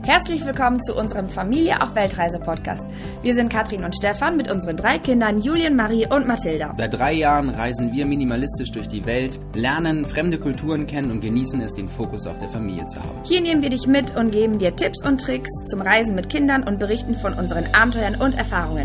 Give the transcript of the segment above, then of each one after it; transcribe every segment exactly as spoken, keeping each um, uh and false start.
Herzlich willkommen zu unserem Familie auf Weltreise Podcast. Wir sind Katrin und Stefan mit unseren drei Kindern Julien, Marie und Mathilda. Seit drei Jahren reisen wir minimalistisch durch die Welt, lernen fremde Kulturen kennen und genießen es, den Fokus auf der Familie zu haben. Hier nehmen wir dich mit und geben dir Tipps und Tricks zum Reisen mit Kindern und berichten von unseren Abenteuern und Erfahrungen.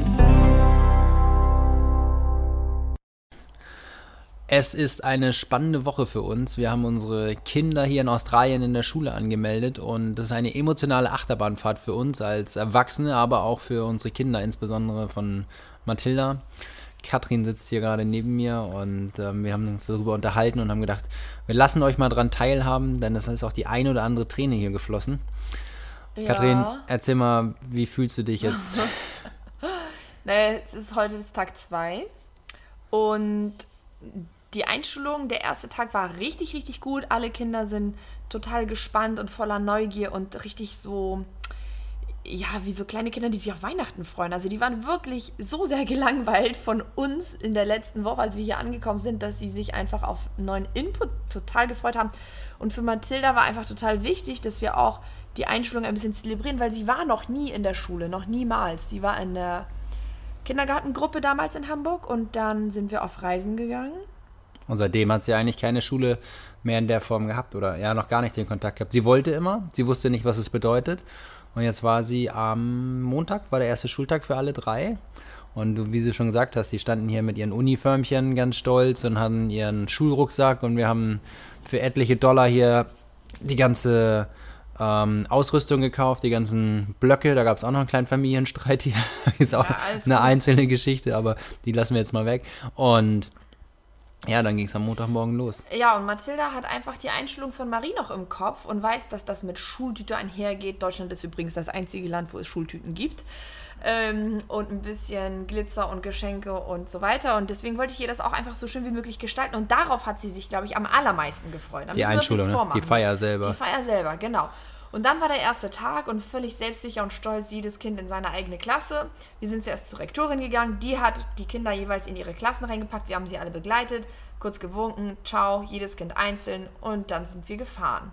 Es ist eine spannende Woche für uns. Wir haben unsere Kinder hier in Australien in der Schule angemeldet und das ist eine emotionale Achterbahnfahrt für uns als Erwachsene, aber auch für unsere Kinder, insbesondere von Mathilda. Katrin sitzt hier gerade neben mir und ähm, wir haben uns darüber unterhalten und haben gedacht, wir lassen euch mal dran teilhaben, denn es ist auch die eine oder andere Träne hier geflossen. Ja. Katrin, erzähl mal, wie fühlst du dich jetzt? naja, es ist heute das Tag zwei und die Einschulung, der erste Tag war richtig, richtig gut. Alle Kinder sind total gespannt und voller Neugier und richtig so, ja, wie so kleine Kinder, die sich auf Weihnachten freuen. Also die waren wirklich so sehr gelangweilt von uns in der letzten Woche, als wir hier angekommen sind, dass sie sich einfach auf neuen Input total gefreut haben. Und für Mathilda war einfach total wichtig, dass wir auch die Einschulung ein bisschen zelebrieren, weil sie war noch nie in der Schule, noch niemals. Sie war in der Kindergartengruppe damals in Hamburg und dann sind wir auf Reisen gegangen. Und seitdem hat sie eigentlich keine Schule mehr in der Form gehabt oder ja, noch gar nicht den Kontakt gehabt. Sie wollte immer, sie wusste nicht, was es bedeutet. Und jetzt war sie am Montag, war der erste Schultag für alle drei. Und wie du schon gesagt hast, sie standen hier mit ihren Uniformchen ganz stolz und hatten ihren Schulrucksack. Und wir haben für etliche Dollar hier die ganze ähm, Ausrüstung gekauft, die ganzen Blöcke. Da gab es auch noch einen kleinen Familienstreit hier. Ist auch ja, eine gut. einzelne Geschichte, aber die lassen wir jetzt mal weg. Und ja, dann ging es am Montagmorgen los. Ja, und Mathilda hat einfach die Einschulung von Marie noch im Kopf und weiß, dass das mit Schultüte einhergeht. Deutschland ist übrigens das einzige Land, wo es Schultüten gibt. Ähm, und ein bisschen Glitzer und Geschenke und so weiter. Und deswegen wollte ich ihr das auch einfach so schön wie möglich gestalten. Und darauf hat sie sich, glaube ich, am allermeisten gefreut. Da die Einschulung, ne? Die Feier selber. Die Feier selber, genau. Und dann war der erste Tag und völlig selbstsicher und stolz jedes Kind in seine eigene Klasse. Wir sind zuerst zur Rektorin gegangen, die hat die Kinder jeweils in ihre Klassen reingepackt, wir haben sie alle begleitet, kurz gewunken, ciao, jedes Kind einzeln und dann sind wir gefahren.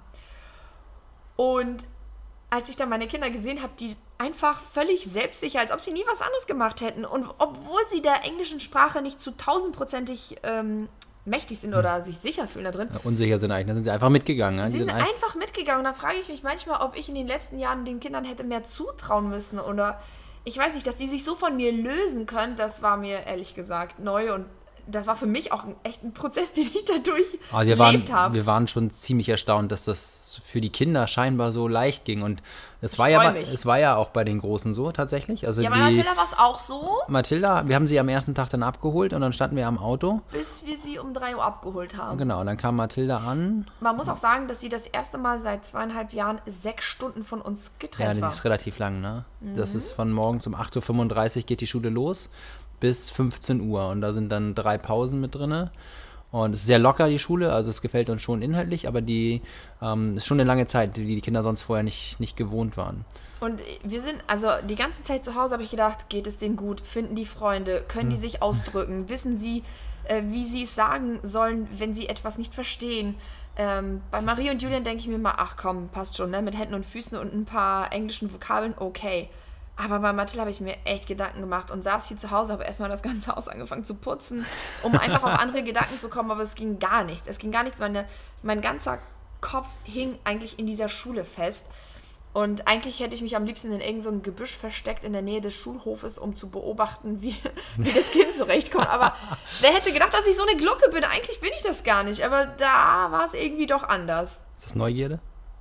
Und als ich dann meine Kinder gesehen habe, die einfach völlig selbstsicher, als ob sie nie was anderes gemacht hätten und obwohl sie der englischen Sprache nicht zu tausendprozentig ähm, mächtig sind oder hm. sich sicher fühlen da drin. Ja, unsicher sind eigentlich, da sind sie einfach mitgegangen. Ne? Sie sind, sind einfach mitgegangen. Da frage ich mich manchmal, ob ich in den letzten Jahren den Kindern hätte mehr zutrauen müssen oder ich weiß nicht, dass die sich so von mir lösen können, das war mir ehrlich gesagt neu und das war für mich auch ein, echt ein Prozess, den ich dadurch Aber wir erlebt waren, habe. Wir waren schon ziemlich erstaunt, dass das für die Kinder scheinbar so leicht ging. Und es war, ja, es war ja auch bei den Großen so tatsächlich. Also ja, bei die, Mathilda war es auch so. Mathilda, wir haben sie am ersten Tag dann abgeholt und dann standen wir am Auto. Bis wir sie um drei Uhr abgeholt haben. Genau, und dann kam Mathilda an. Man muss auch sagen, dass sie das erste Mal seit zweieinhalb Jahren sechs Stunden von uns getrennt war. Ja, das ist relativ lang, ne? Mhm. Das ist von morgens um acht Uhr fünfunddreißig geht die Schule los bis fünfzehn Uhr und da sind dann drei Pausen mit drin. Und es ist sehr locker, die Schule, also es gefällt uns schon inhaltlich, aber die ähm, ist schon eine lange Zeit, die die Kinder sonst vorher nicht, nicht gewohnt waren. Und wir sind, also die ganze Zeit zu Hause habe ich gedacht, geht es denen gut, finden die Freunde, können hm. die sich ausdrücken, wissen sie, äh, wie sie es sagen sollen, wenn sie etwas nicht verstehen. Ähm, bei Marie und Julien denke ich mir mal, ach komm, passt schon, ne? Mit Händen und Füßen und ein paar englischen Vokabeln, okay. Aber bei Mathilda habe ich mir echt Gedanken gemacht und saß hier zu Hause, habe erstmal das ganze Haus angefangen zu putzen, um einfach auf andere Gedanken zu kommen, aber es ging gar nichts. Es ging gar nichts, meine, mein ganzer Kopf hing eigentlich in dieser Schule fest und eigentlich hätte ich mich am liebsten in irgend so einem Gebüsch versteckt in der Nähe des Schulhofes, um zu beobachten, wie, wie das Kind zurechtkommt. Aber wer hätte gedacht, dass ich so eine Glucke bin? Eigentlich bin ich das gar nicht, aber da war es irgendwie doch anders. Ist das Neugierde?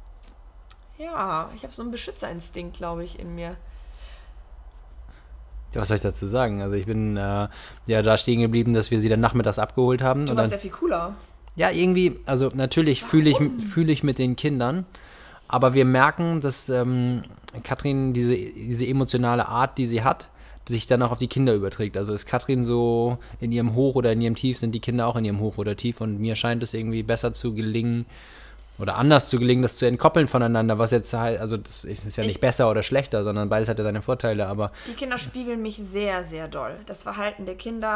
Ja, ich habe so einen Beschützerinstinkt, glaube ich, in mir. Was soll ich dazu sagen? Also ich bin äh, ja da stehen geblieben, dass wir sie dann nachmittags abgeholt haben. Du und warst dann, ja viel cooler. Ja, irgendwie, also natürlich fühle ich, fühl ich mit den Kindern, aber wir merken, dass ähm, Katrin diese, diese emotionale Art, die sie hat, sich dann auch auf die Kinder überträgt. Also ist Katrin so in ihrem Hoch oder in ihrem Tief, sind die Kinder auch in ihrem Hoch oder Tief und mir scheint es irgendwie besser zu gelingen, oder anders zu gelingen, das zu entkoppeln voneinander, was jetzt halt, also das ist ja nicht ich, besser oder schlechter, sondern beides hat ja seine Vorteile, aber... Die Kinder spiegeln mich sehr, sehr doll. Das Verhalten der Kinder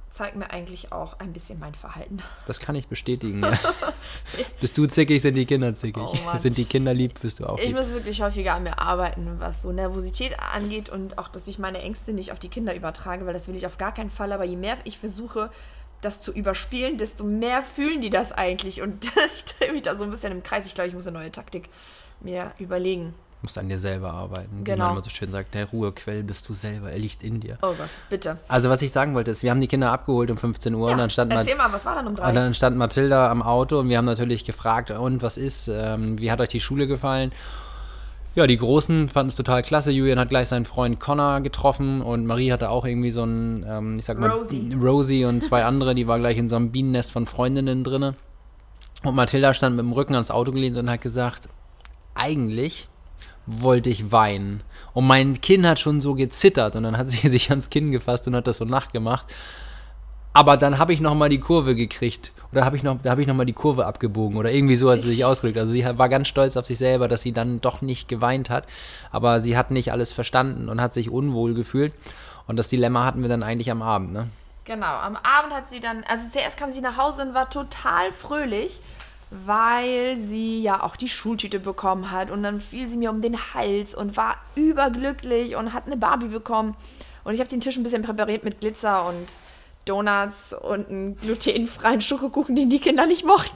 zeigt mir eigentlich auch ein bisschen mein Verhalten. Das kann ich bestätigen. Ja. Bist du zickig, sind die Kinder zickig. Oh sind die Kinder lieb, bist du auch Ich lieb. muss wirklich häufiger an mir arbeiten, was so Nervosität angeht und auch, dass ich meine Ängste nicht auf die Kinder übertrage, weil das will ich auf gar keinen Fall. Aber je mehr ich versuche, das zu überspielen, desto mehr fühlen die das eigentlich. Und ich drehe mich da so ein bisschen im Kreis. Ich glaube, ich muss eine neue Taktik mir überlegen. Du musst an dir selber arbeiten. Genau. Wie man immer so schön sagt, der Ruhequell bist du selber, er liegt in dir. Oh Gott, bitte. Also was ich sagen wollte ist, wir haben die Kinder abgeholt um fünfzehn Uhr Ja, und dann stand erzähl Mat- mal, was war dann um drei? Und dann stand Mathilda am Auto und wir haben natürlich gefragt, und was ist, ähm, wie hat euch die Schule gefallen? Ja, die Großen fanden es total klasse. Julian hat gleich seinen Freund Connor getroffen und Marie hatte auch irgendwie so ein, ähm, ich sag mal, Rosie. Rosie und zwei andere, die war gleich in so einem Bienennest von Freundinnen drinne. Und Mathilda stand mit dem Rücken ans Auto gelehnt und hat gesagt, eigentlich wollte ich weinen. Und mein Kinn hat schon so gezittert und dann hat sie sich ans Kinn gefasst und hat das so nachgemacht. Aber dann habe ich nochmal die Kurve gekriegt. Oder habe ich noch, da habe ich nochmal die Kurve abgebogen. Oder irgendwie so hat sie sich ausgedrückt. Also sie war ganz stolz auf sich selber, dass sie dann doch nicht geweint hat. Aber sie hat nicht alles verstanden und hat sich unwohl gefühlt. Und das Dilemma hatten wir dann eigentlich am Abend, ne? Genau, am Abend hat sie dann, also zuerst kam sie nach Hause und war total fröhlich, weil sie ja auch die Schultüte bekommen hat. Und dann fiel sie mir um den Hals und war überglücklich und hat eine Barbie bekommen. Und ich habe den Tisch ein bisschen präpariert mit Glitzer und Donuts und einen glutenfreien Schokokuchen, den die Kinder nicht mochten.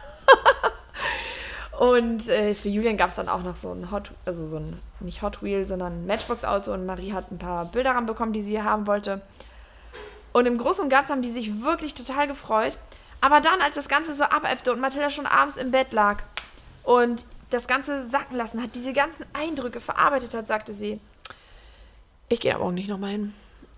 Und äh, für Julian gab es dann auch noch so ein Hot, also so ein, nicht Hot Wheel, sondern ein Matchbox-Auto. Und Marie hat ein paar Bilder ranbekommen, die sie haben wollte. Und im Großen und Ganzen haben die sich wirklich total gefreut. Aber dann, als das Ganze so abebbte und Mathilda schon abends im Bett lag und das Ganze sacken lassen hat, diese ganzen Eindrücke verarbeitet hat, sagte sie, ich gehe aber auch nicht nochmal hin.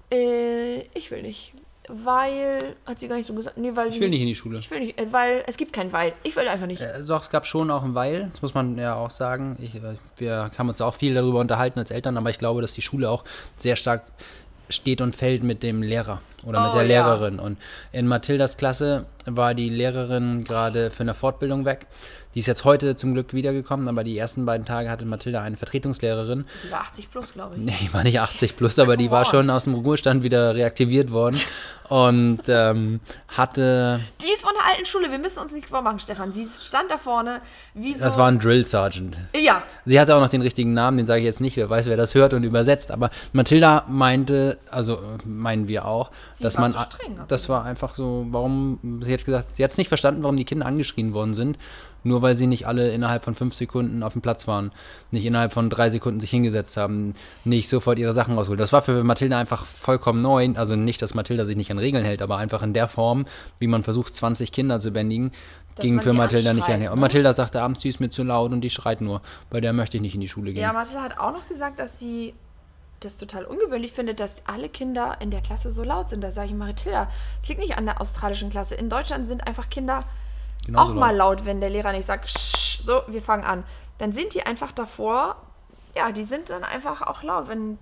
Äh, ich will nicht. Weil, hat sie gar nicht so gesagt, nee, weil Ich will nicht in die Schule. Ich will nicht, äh, weil es gibt keinen Weil. Ich will einfach nicht. Äh, doch, es gab schon auch ein Weil, das muss man ja auch sagen. Ich, äh, wir haben uns auch viel darüber unterhalten als Eltern, aber ich glaube, dass die Schule auch sehr stark steht und fällt mit dem Lehrer oder Oh, mit der ja. Lehrerin. Und in Mathildas Klasse war die Lehrerin gerade für eine Fortbildung weg. Die ist jetzt heute zum Glück wiedergekommen, aber die ersten beiden Tage hatte Mathilda eine Vertretungslehrerin. Die war achtzig plus, glaube ich. Nee, die war nicht achtzig plus, aber die war schon aus dem Ruhestand wieder reaktiviert worden und ähm, hatte... Die ist von der alten Schule, wir müssen uns nichts vormachen, Stefan. Sie stand da vorne, wie so... Das war ein Drill Sergeant. Ja, Sie hatte auch noch den richtigen Namen, den sage ich jetzt nicht, wer weiß, wer das hört und übersetzt, aber Mathilda meinte, also äh, meinen wir auch, Sie dass war man, zu streng, auf das war einfach so, warum, sie hat gesagt, sie hat es nicht verstanden, warum die Kinder angeschrien worden sind, nur weil sie nicht alle innerhalb von fünf Sekunden auf dem Platz waren, nicht innerhalb von drei Sekunden sich hingesetzt haben, nicht sofort ihre Sachen rausholen. Das war für Mathilda einfach vollkommen neu, also nicht, dass Mathilda sich nicht an Regeln hält, aber einfach in der Form, wie man versucht, zwanzig Kinder zu bändigen, Dass ging man für sie Mathilda nicht anschreit, einher. Und ne? Mathilda sagte abends, die ist mir zu laut und die schreit nur. Bei der möchte ich nicht in die Schule gehen. ja, Mathilda hat auch noch gesagt, dass sie das total ungewöhnlich findet, dass alle Kinder in der Klasse so laut sind. Da sage ich, Mathilda, es liegt nicht an der australischen Klasse. In Deutschland sind einfach Kinder Genauso auch mal laut, wenn der Lehrer nicht sagt, "Sch, so, wir fangen an." Dann sind die einfach davor, ja, die sind dann einfach auch laut, wenn,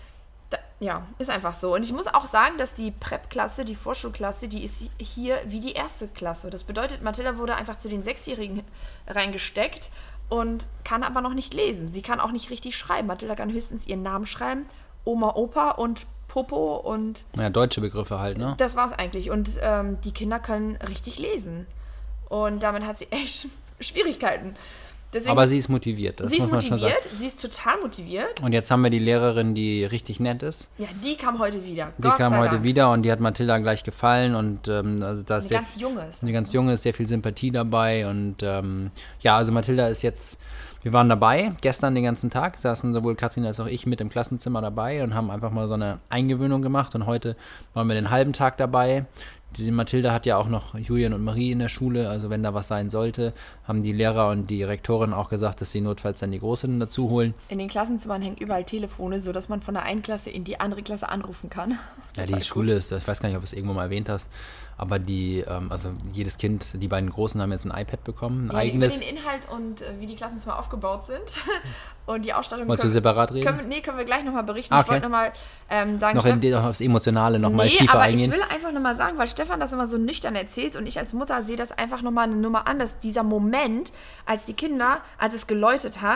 da, ja, ist einfach so. Und ich muss auch sagen, dass die Prep-Klasse, die Vorschulklasse, die ist hier wie die erste Klasse. Das bedeutet, Mathilda wurde einfach zu den Sechsjährigen reingesteckt und kann aber noch nicht lesen. Sie kann auch nicht richtig schreiben. Mathilda kann höchstens ihren Namen schreiben, Oma, Opa und Popo und Ja, deutsche Begriffe halt, ne? das war's eigentlich. Und ähm, die Kinder können richtig lesen. Und damit hat sie echt Schwierigkeiten. Deswegen, Aber sie ist motiviert, das sie ist muss man schon sagen. motiviert, sie ist total motiviert. Und jetzt haben wir die Lehrerin, die richtig nett ist. Ja, die kam heute wieder. Die Gott kam sei heute Dank. wieder und die hat Mathilda gleich gefallen und ähm, also da ist Eine sehr ganz junge ist. eine ganz junge, ist sehr viel Sympathie dabei und ähm, ja, also Mathilda ist jetzt, wir waren dabei, gestern den ganzen Tag, saßen sowohl Katrin als auch ich mit im Klassenzimmer dabei und haben einfach mal so eine Eingewöhnung gemacht und heute waren wir den halben Tag dabei. Die Mathilda hat ja auch noch Julian und Marie in der Schule, also wenn da was sein sollte, haben die Lehrer und die Rektorin auch gesagt, dass sie notfalls dann die Großen dazu holen. In den Klassenzimmern hängen überall Telefone, sodass man von der einen Klasse in die andere Klasse anrufen kann. Ja, die Total Schule ist, ich weiß gar nicht, ob du es irgendwo mal erwähnt hast, aber die, ähm, also jedes Kind, die beiden Großen haben jetzt ein iPad bekommen, ein Ja, eigenes. über den Inhalt und äh, wie die Klassenzimmer aufgebaut sind und die Ausstattung. Wolltest du separat reden? Können, wir- nee, können wir gleich nochmal berichten. Ah, Ich wollte okay. nochmal ähm, sagen, Noch in, die- noch aufs Emotionale nochmal nee, tiefer aber eingehen. ich will einfach nochmal sagen, weil Stefan das immer so nüchtern erzählt und ich als Mutter sehe das einfach nochmal eine Nummer an, dass dieser Moment, als die Kinder, als es geläutet hat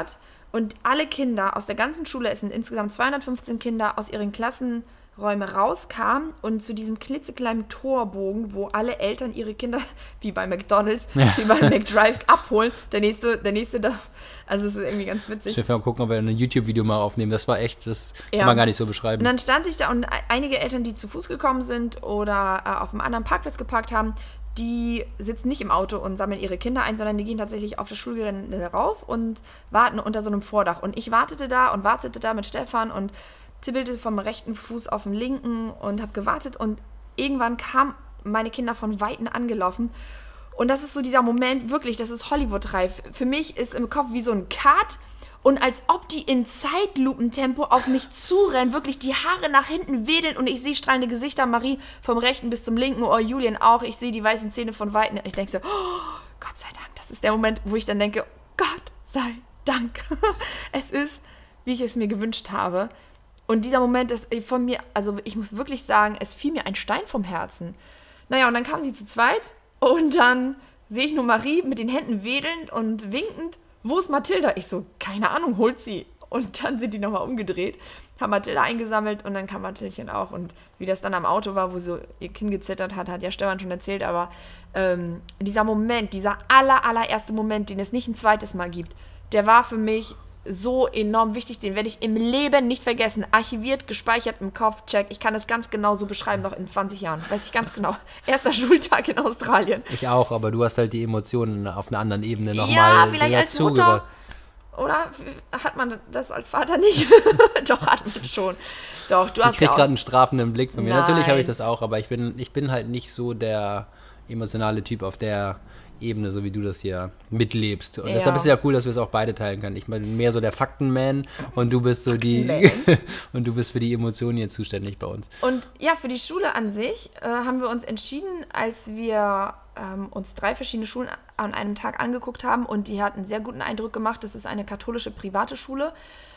Und alle Kinder aus der ganzen Schule, es sind insgesamt zweihundertfünfzehn Kinder, aus ihren Klassenräumen rauskamen und zu diesem klitzekleinen Torbogen, wo alle Eltern ihre Kinder, wie bei McDonald's, ja. wie bei McDrive, abholen. Der nächste, der nächste da, also es ist irgendwie ganz witzig. Ich will mal gucken, ob wir ein YouTube-Video mal aufnehmen. Das war echt, das ja. kann man gar nicht so beschreiben. Und dann stand ich da und einige Eltern, die zu Fuß gekommen sind oder äh, auf einem anderen Parkplatz geparkt haben, die sitzen nicht im Auto und sammeln ihre Kinder ein, sondern die gehen tatsächlich auf das Schulgelände rauf und warten unter so einem Vordach. Und ich wartete da und wartete da mit Stefan und zibbelte vom rechten Fuß auf den linken und habe gewartet. Und irgendwann kamen meine Kinder von Weitem angelaufen. Und das ist so dieser Moment, wirklich, das ist Hollywood-reif. Für mich ist im Kopf wie so ein Cut. Und als ob die in Zeitlupentempo auf mich zurennen, wirklich die Haare nach hinten wedeln und ich sehe strahlende Gesichter, Marie vom rechten bis zum linken Ohr, Julian auch, ich sehe die weißen Zähne von Weitem. Ich denke so, oh, Gott sei Dank, das ist der Moment, wo ich dann denke, Gott sei Dank. Es ist, wie ich es mir gewünscht habe. Und dieser Moment ist von mir, also ich muss wirklich sagen, es fiel mir ein Stein vom Herzen. Naja, und dann kamen sie zu zweit und dann sehe ich nur Marie mit den Händen wedelnd und winkend. Wo ist Mathilda? Ich so, keine Ahnung, holt sie. Und dann sind die nochmal umgedreht, haben Mathilda eingesammelt und dann kam Mathildchen auch. Und wie das dann am Auto war, wo so ihr Kind gezittert hat, hat ja Stefan schon erzählt. Aber ähm, dieser Moment, dieser aller, allererste Moment, den es nicht ein zweites Mal gibt, der war für mich so enorm wichtig. Den werde ich im Leben nicht vergessen. Archiviert, gespeichert im Kopf, check. Ich kann es ganz genau so beschreiben, noch in zwanzig Jahren. Weiß ich ganz genau. Erster Schultag in Australien. Ich auch, aber du hast halt die Emotionen auf einer anderen Ebene nochmal ja, vielleicht als Mutter. Oder hat man das als Vater nicht? Doch, hat man schon. Doch, du hast ich krieg ja gerade einen strafenden Blick von mir. Nein. Natürlich habe ich das auch, aber ich bin, ich bin halt nicht so der emotionale Typ auf der Ebene, so wie du das hier mitlebst. Und ja. deshalb ist es ja cool, dass wir es auch beide teilen können. Ich meine, mehr so der Faktenman und du bist so die und du bist für die Emotionen jetzt zuständig bei uns. Und ja, für die Schule an sich äh, haben wir uns entschieden, als wir ähm, uns drei verschiedene Schulen an einem Tag angeguckt haben und die hat einen sehr guten Eindruck gemacht. Das ist eine katholische private Schule.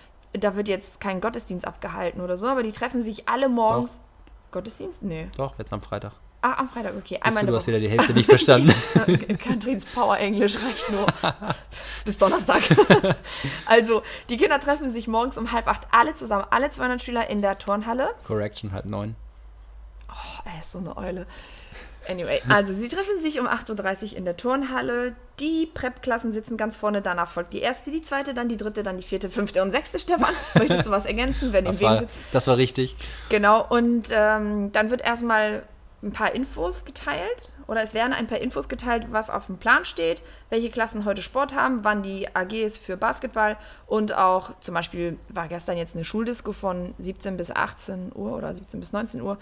Da wird jetzt kein Gottesdienst abgehalten oder so, aber die treffen sich alle morgens. Doch. Gottesdienst? Nee. Doch, jetzt am Freitag. Ah, am Freitag, okay. Einmal du, du hast wieder die Hälfte nicht verstanden. Katrins Power-Englisch reicht nur bis Donnerstag. Also, die Kinder treffen sich morgens um halb acht alle zusammen, alle zweihundert Schüler in der Turnhalle. Correction, halb neun. Oh, er ist so eine Eule. Anyway, also sie treffen sich um acht Uhr dreißig in der Turnhalle. Die Prep-Klassen sitzen ganz vorne, danach folgt die erste, die zweite, dann die dritte, dann die vierte, fünfte und sechste. Stefan, möchtest du was ergänzen? Wenn das, in war, sind? das war richtig. Genau, und ähm, dann wird erstmal ein paar Infos geteilt oder es werden ein paar Infos geteilt, was auf dem Plan steht, welche Klassen heute Sport haben, wann die A Gs für Basketball und auch zum Beispiel war gestern jetzt eine Schuldisco von siebzehn bis achtzehn Uhr oder siebzehn bis neunzehn Uhr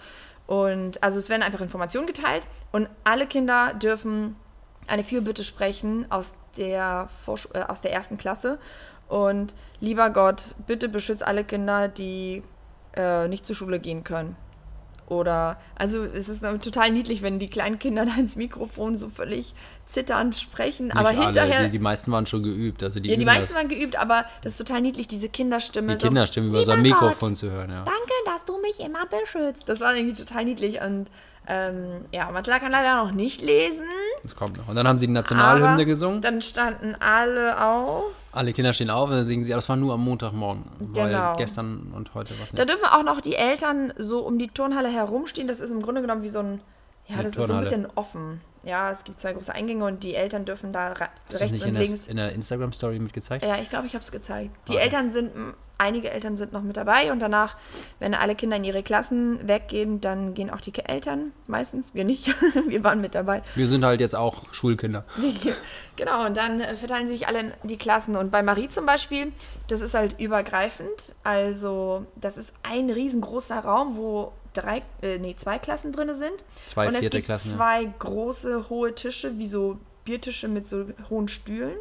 und also es werden einfach Informationen geteilt und alle Kinder dürfen eine Fürbitte sprechen aus der, Vorsch- äh, aus der ersten Klasse und lieber Gott, bitte beschütze alle Kinder, die äh, nicht zur Schule gehen können. Oder, also es ist total niedlich, wenn die kleinen Kinder da ins Mikrofon so völlig zitternd sprechen. Nicht aber alle. hinterher. Die, die meisten waren schon geübt. Also die ja, die üben meisten das. waren geübt, aber das ist total niedlich, diese Kinderstimme. Die so, Kinderstimme über so ein Mikrofon zu hören, ja. Danke, dass du mich immer beschützt. Das war irgendwie total niedlich und ähm, ja, Mathilda kann leider noch nicht lesen. Das kommt noch. Und dann haben sie die Nationalhymne aber gesungen. Dann standen alle auf. Alle Kinder stehen auf und dann singen sie, aber das war nur am Montagmorgen, weil Genau. gestern und heute was nicht. Da dürfen auch noch die Eltern so um die Turnhalle herumstehen. Das ist im Grunde genommen wie so ein, ja, Eine das ist so ein Turnhalle. bisschen offen. Ja, es gibt zwei große Eingänge und die Eltern dürfen da ra- Hast du das rechts nicht und in links. der, in der Instagram-Story mitgezeigt? Ja, ich glaube, ich habe es gezeigt. Die Okay. Eltern sind, m, einige Eltern sind noch mit dabei und danach, wenn alle Kinder in ihre Klassen weggehen, dann gehen auch die Ke- Eltern meistens. Wir nicht, wir waren mit dabei. Wir sind halt jetzt auch Schulkinder. Genau, und dann äh, verteilen sich alle in die Klassen. Und bei Marie zum Beispiel, das ist halt übergreifend. Also, das ist ein riesengroßer Raum, wo drei, äh, nee, zwei Klassen drin sind. Zwei und es vierte gibt Klassen. Ja. zwei große, hohe Tische, wie so Biertische mit so hohen Stühlen.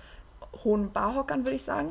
Hohen Barhockern, würde ich sagen.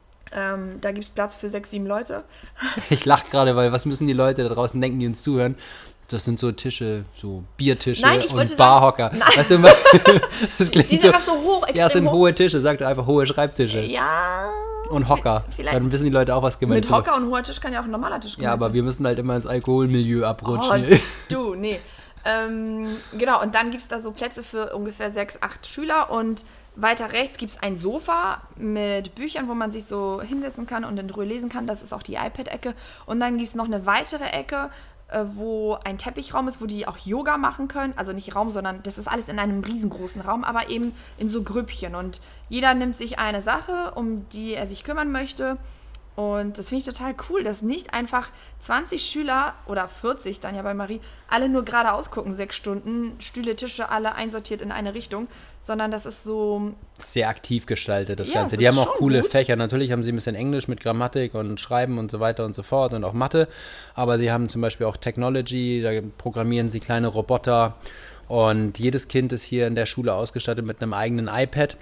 Ähm, da gibt es Platz für sechs, sieben Leute. Ich lache gerade, weil was müssen die Leute da draußen denken, die uns zuhören? Das sind so Tische, so Biertische Nein, ich und wollte Barhocker. sagen- Weißt du, das klingt Die so, sind einfach so hoch, extrem ja, es sind hoch. hohe Tische, sagt einfach hohe Schreibtische. Ja. Und Hocker. Vielleicht- Dann wissen die Leute auch, was gemeint Mit ist. Hocker und hoher Tisch kann ja auch ein normaler Tisch Ja, gemeint aber sein. wir müssen halt immer ins Alkoholmilieu abrutschen. Oh, du, nee. Ähm, genau, und dann gibt es da so Plätze für ungefähr sechs, acht Schüler und Weiter rechts gibt es ein Sofa mit Büchern, wo man sich so hinsetzen kann und in Ruhe lesen kann. Das ist auch die iPad-Ecke. Und dann gibt es noch eine weitere Ecke, äh, wo ein Teppichraum ist, wo die auch Yoga machen können. Also nicht Raum, sondern das ist alles in einem riesengroßen Raum, aber eben in so Grüppchen. Und jeder nimmt sich eine Sache, um die er sich kümmern möchte. Und das finde ich total cool, dass nicht einfach zwanzig Schüler oder vierzig dann ja bei Marie alle nur geradeaus gucken, sechs Stunden, Stühle, Tische, alle einsortiert in eine Richtung, sondern das ist so... Sehr aktiv gestaltet, das Ja, Ganze. das Die ist haben auch schon coole gut. Fächer. Natürlich haben sie ein bisschen Englisch mit Grammatik und Schreiben und so weiter und so fort und auch Mathe. Aber sie haben zum Beispiel auch Technology, da programmieren sie kleine Roboter. Und jedes Kind ist hier in der Schule ausgestattet mit einem eigenen iPad.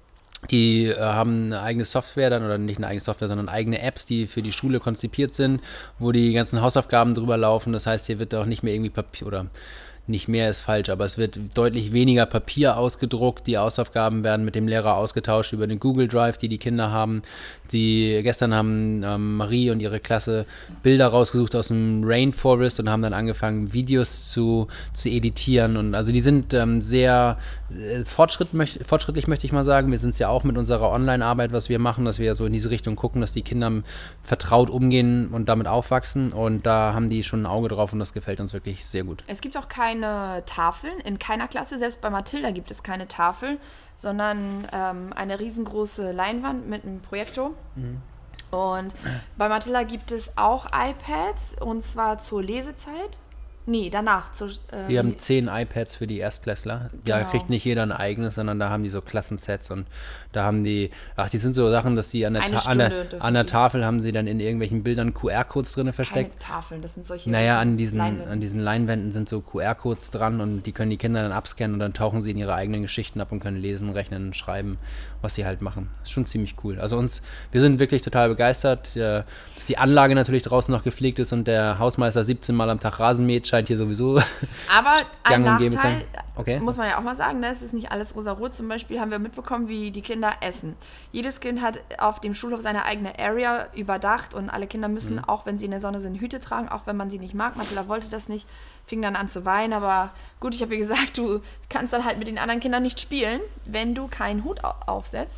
Die äh, haben eine eigene Software dann, oder nicht eine eigene Software, sondern eigene Apps, die für die Schule konzipiert sind, wo die ganzen Hausaufgaben drüber laufen. Das heißt, hier wird auch nicht mehr irgendwie Papier, oder nicht mehr ist falsch, aber es wird deutlich weniger Papier ausgedruckt. Die Hausaufgaben werden mit dem Lehrer ausgetauscht über den Google Drive, die die Kinder haben. Die gestern haben ähm, Marie und ihre Klasse Bilder rausgesucht aus dem Rainforest und haben dann angefangen, Videos zu, zu editieren. Und also die sind ähm, sehr äh, fortschritt, möcht, fortschrittlich, möchte ich mal sagen. Wir sind es ja auch mit unserer Online-Arbeit, was wir machen, dass wir ja so in diese Richtung gucken, dass die Kinder vertraut umgehen und damit aufwachsen. Und da haben die schon ein Auge drauf und das gefällt uns wirklich sehr gut. Es gibt auch keine Tafeln in keiner Klasse, selbst bei Mathilda gibt es keine Tafeln, sondern ähm, eine riesengroße Leinwand mit einem Projektor. Mhm. Und bei Mathilda gibt es auch iPads, und zwar zur Lesezeit. Nee, danach. Zur, ähm, Wir haben zehn iPads für die Erstklässler. Da Genau. kriegt nicht jeder ein eigenes, sondern da haben die so Klassensets und da haben die, ach, die sind so Sachen, dass die an der, Eine Ta- an der, Stunde dürfen an der die. Tafel haben sie dann in irgendwelchen Bildern Q R-Codes drin versteckt. keine Tafeln, das sind solche Naja, an diesen, Leinwände. an diesen Leinwänden sind so Q R-Codes dran und die können die Kinder dann abscannen und dann tauchen sie in ihre eigenen Geschichten ab und können lesen, rechnen, schreiben, was sie halt machen. Das ist schon ziemlich cool. Also uns, wir sind wirklich total begeistert, äh, dass die Anlage natürlich draußen noch gepflegt ist und der Hausmeister siebzehn Mal am Tag Rasen mäht, scheint hier sowieso Aber ein gang und gäbe zu Nachteil, sein. Okay. muss man ja auch mal sagen, ne? Es ist nicht alles rosa-rot. Zum Beispiel haben wir mitbekommen, wie die Kinder essen. Jedes Kind hat auf dem Schulhof seine eigene Area überdacht und alle Kinder müssen, Mhm. auch wenn sie in der Sonne sind, Hüte tragen, auch wenn man sie nicht mag. Mathilda wollte das nicht, fing dann an zu weinen, aber gut, ich habe ihr gesagt, du kannst dann halt mit den anderen Kindern nicht spielen, wenn du keinen Hut au- aufsetzt.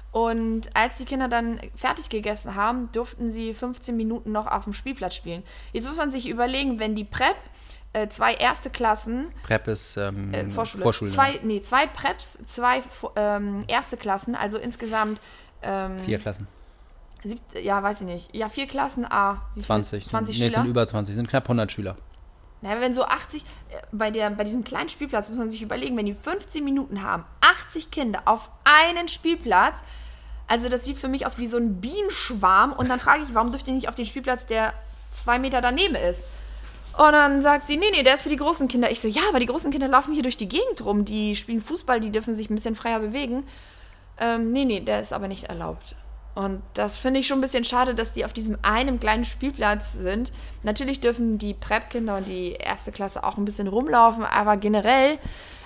Und als die Kinder dann fertig gegessen haben, durften sie fünfzehn Minuten noch auf dem Spielplatz spielen. Jetzt muss man sich überlegen, wenn die Prep äh, zwei erste Klassen, Prep ist ähm, äh, Vorschule, Vorschule. zwei, nee, zwei Preps, zwei ähm, erste Klassen, also insgesamt ähm, Vier Klassen. Sieb, ja, weiß ich nicht. Ja, vier Klassen, A. Wie viel? zwanzig. zwanzig Nee, es Schüler. sind über zwanzig, es sind knapp hundert Schüler. Naja, wenn so achtzig, äh, bei, der, bei diesem kleinen Spielplatz muss man sich überlegen, wenn die fünfzehn Minuten haben, achtzig Kinder auf einen Spielplatz, also das sieht für mich aus wie so ein Bienenschwarm, und dann frage ich, warum dürft ihr nicht auf den Spielplatz, der zwei Meter daneben ist? Und dann sagt sie, nee, nee, der ist für die großen Kinder. Ich so, ja, aber die großen Kinder laufen hier durch die Gegend rum, die spielen Fußball, die dürfen sich ein bisschen freier bewegen. Ähm, nee, nee, der ist aber nicht erlaubt. Und das finde ich schon ein bisschen schade, dass die auf diesem einen kleinen Spielplatz sind. Natürlich dürfen die Prep-Kinder und die erste Klasse auch ein bisschen rumlaufen, aber generell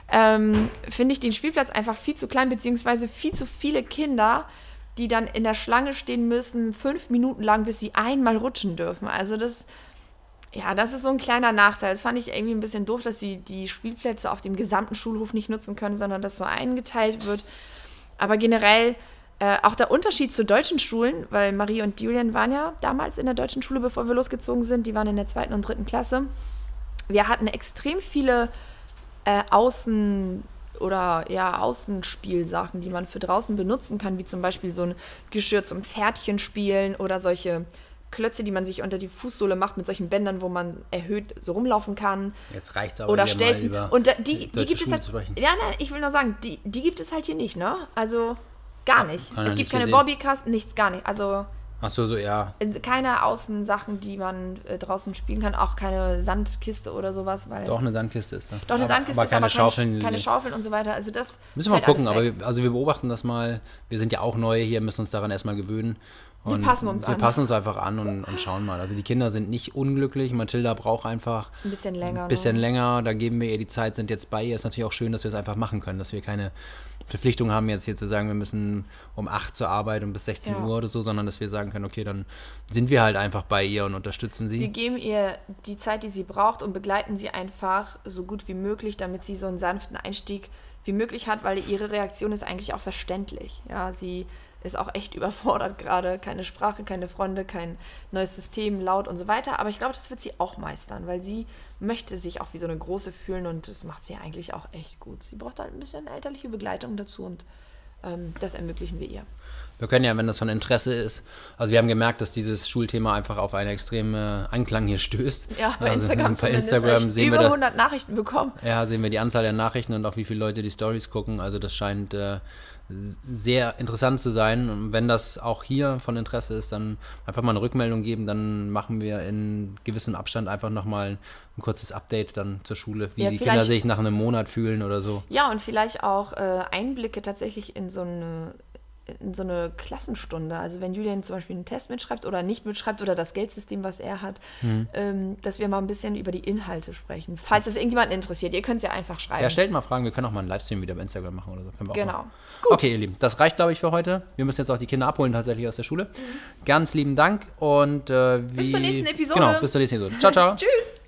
ähm, finde ich den Spielplatz einfach viel zu klein, beziehungsweise viel zu viele Kinder, die dann in der Schlange stehen müssen, fünf Minuten lang, bis sie einmal rutschen dürfen. Also das, ja, das ist so ein kleiner Nachteil. Das fand ich irgendwie ein bisschen doof, dass sie die Spielplätze auf dem gesamten Schulhof nicht nutzen können, sondern dass so eingeteilt wird. Aber generell äh, auch der Unterschied zu deutschen Schulen, weil Marie und Julian waren ja damals in der deutschen Schule, bevor wir losgezogen sind. Die waren in der zweiten und dritten Klasse. Wir hatten extrem viele äh, Außen- oder ja, Außenspielsachen, die man für draußen benutzen kann, wie zum Beispiel so ein Geschirr zum Pferdchen spielen oder solche Klötze, die man sich unter die Fußsohle macht mit solchen Bändern, wo man erhöht so rumlaufen kann. Jetzt reicht's aber Oder wieder mal Stelzen. über Und da, die, die deutsche gibt es Schule halt. zu sprechen. Ja, nein, ich will nur sagen, die, die gibt es halt hier nicht, ne? Also gar nicht. kann Es er gibt nicht keine hier sehen. Bobbykasten, nichts, gar nicht. Also Ach so, so, ja. äh, keine Außensachen, die man äh, draußen spielen kann. Auch keine Sandkiste oder sowas. Weil Doch, eine Sandkiste ist da. Doch, eine aber, Sandkiste aber ist keine aber Schaufeln. keine, keine Schaufeln und so weiter. Also das Müssen wir mal fällt gucken, alles aber weg. wir, also wir beobachten das mal. Wir sind ja auch neu hier, müssen uns daran erstmal gewöhnen. Wir Und passen uns wir an. passen uns einfach an und, und schauen mal. Also die Kinder sind nicht unglücklich. Mathilda braucht einfach Ein bisschen länger. ein bisschen ne? länger. Da geben wir ihr die Zeit, sind jetzt bei ihr. Ist natürlich auch schön, dass wir es einfach machen können, dass wir keine Verpflichtung haben, jetzt hier zu sagen, wir müssen um acht zur Arbeit und bis sechzehn Ja. Uhr oder so, sondern dass wir sagen können, okay, dann sind wir halt einfach bei ihr und unterstützen Wir sie. geben ihr die Zeit, die sie braucht, und begleiten sie einfach so gut wie möglich, damit sie so einen sanften Einstieg wie möglich hat, weil ihre Reaktion ist eigentlich auch verständlich. Ja, sie ist auch echt überfordert gerade. Keine Sprache, keine Freunde, kein neues System, laut und so weiter. Aber ich glaube, das wird sie auch meistern, weil sie möchte sich auch wie so eine Große fühlen und das macht sie eigentlich auch echt gut. Sie braucht halt ein bisschen elterliche Begleitung dazu und ähm, das ermöglichen wir ihr. Wir können ja, wenn das von Interesse ist, also wir haben gemerkt, dass dieses Schulthema einfach auf einen extremen Anklang hier stößt. Ja, bei also Instagram bei Instagram sehen über wir da, hundert Nachrichten bekommen. Ja, sehen wir die Anzahl der Nachrichten und auch wie viele Leute die Stories gucken. Also das scheint äh, sehr interessant zu sein. Und wenn das auch hier von Interesse ist, dann einfach mal eine Rückmeldung geben. Dann machen wir in gewissem Abstand einfach nochmal ein kurzes Update dann zur Schule, wie ja, die Kinder sich nach einem Monat fühlen oder so. Ja, und vielleicht auch äh, Einblicke tatsächlich in so eine in so eine Klassenstunde. Also wenn Julian zum Beispiel einen Test mitschreibt oder nicht mitschreibt oder das Geldsystem, was er hat, mhm. ähm, dass wir mal ein bisschen über die Inhalte sprechen. Falls es irgendjemanden interessiert, ihr könnt es ja einfach schreiben. Ja, stellt mal Fragen. Wir können auch mal einen Livestream wieder bei Instagram machen oder so. Können wir genau. Auch Gut. Okay, ihr Lieben, das reicht, glaube ich, für heute. Wir müssen jetzt auch die Kinder abholen tatsächlich aus der Schule. Mhm. Ganz lieben Dank und äh, wie, bis zur nächsten Episode. Genau, bis zur nächsten Episode. Ciao, ciao. Tschüss.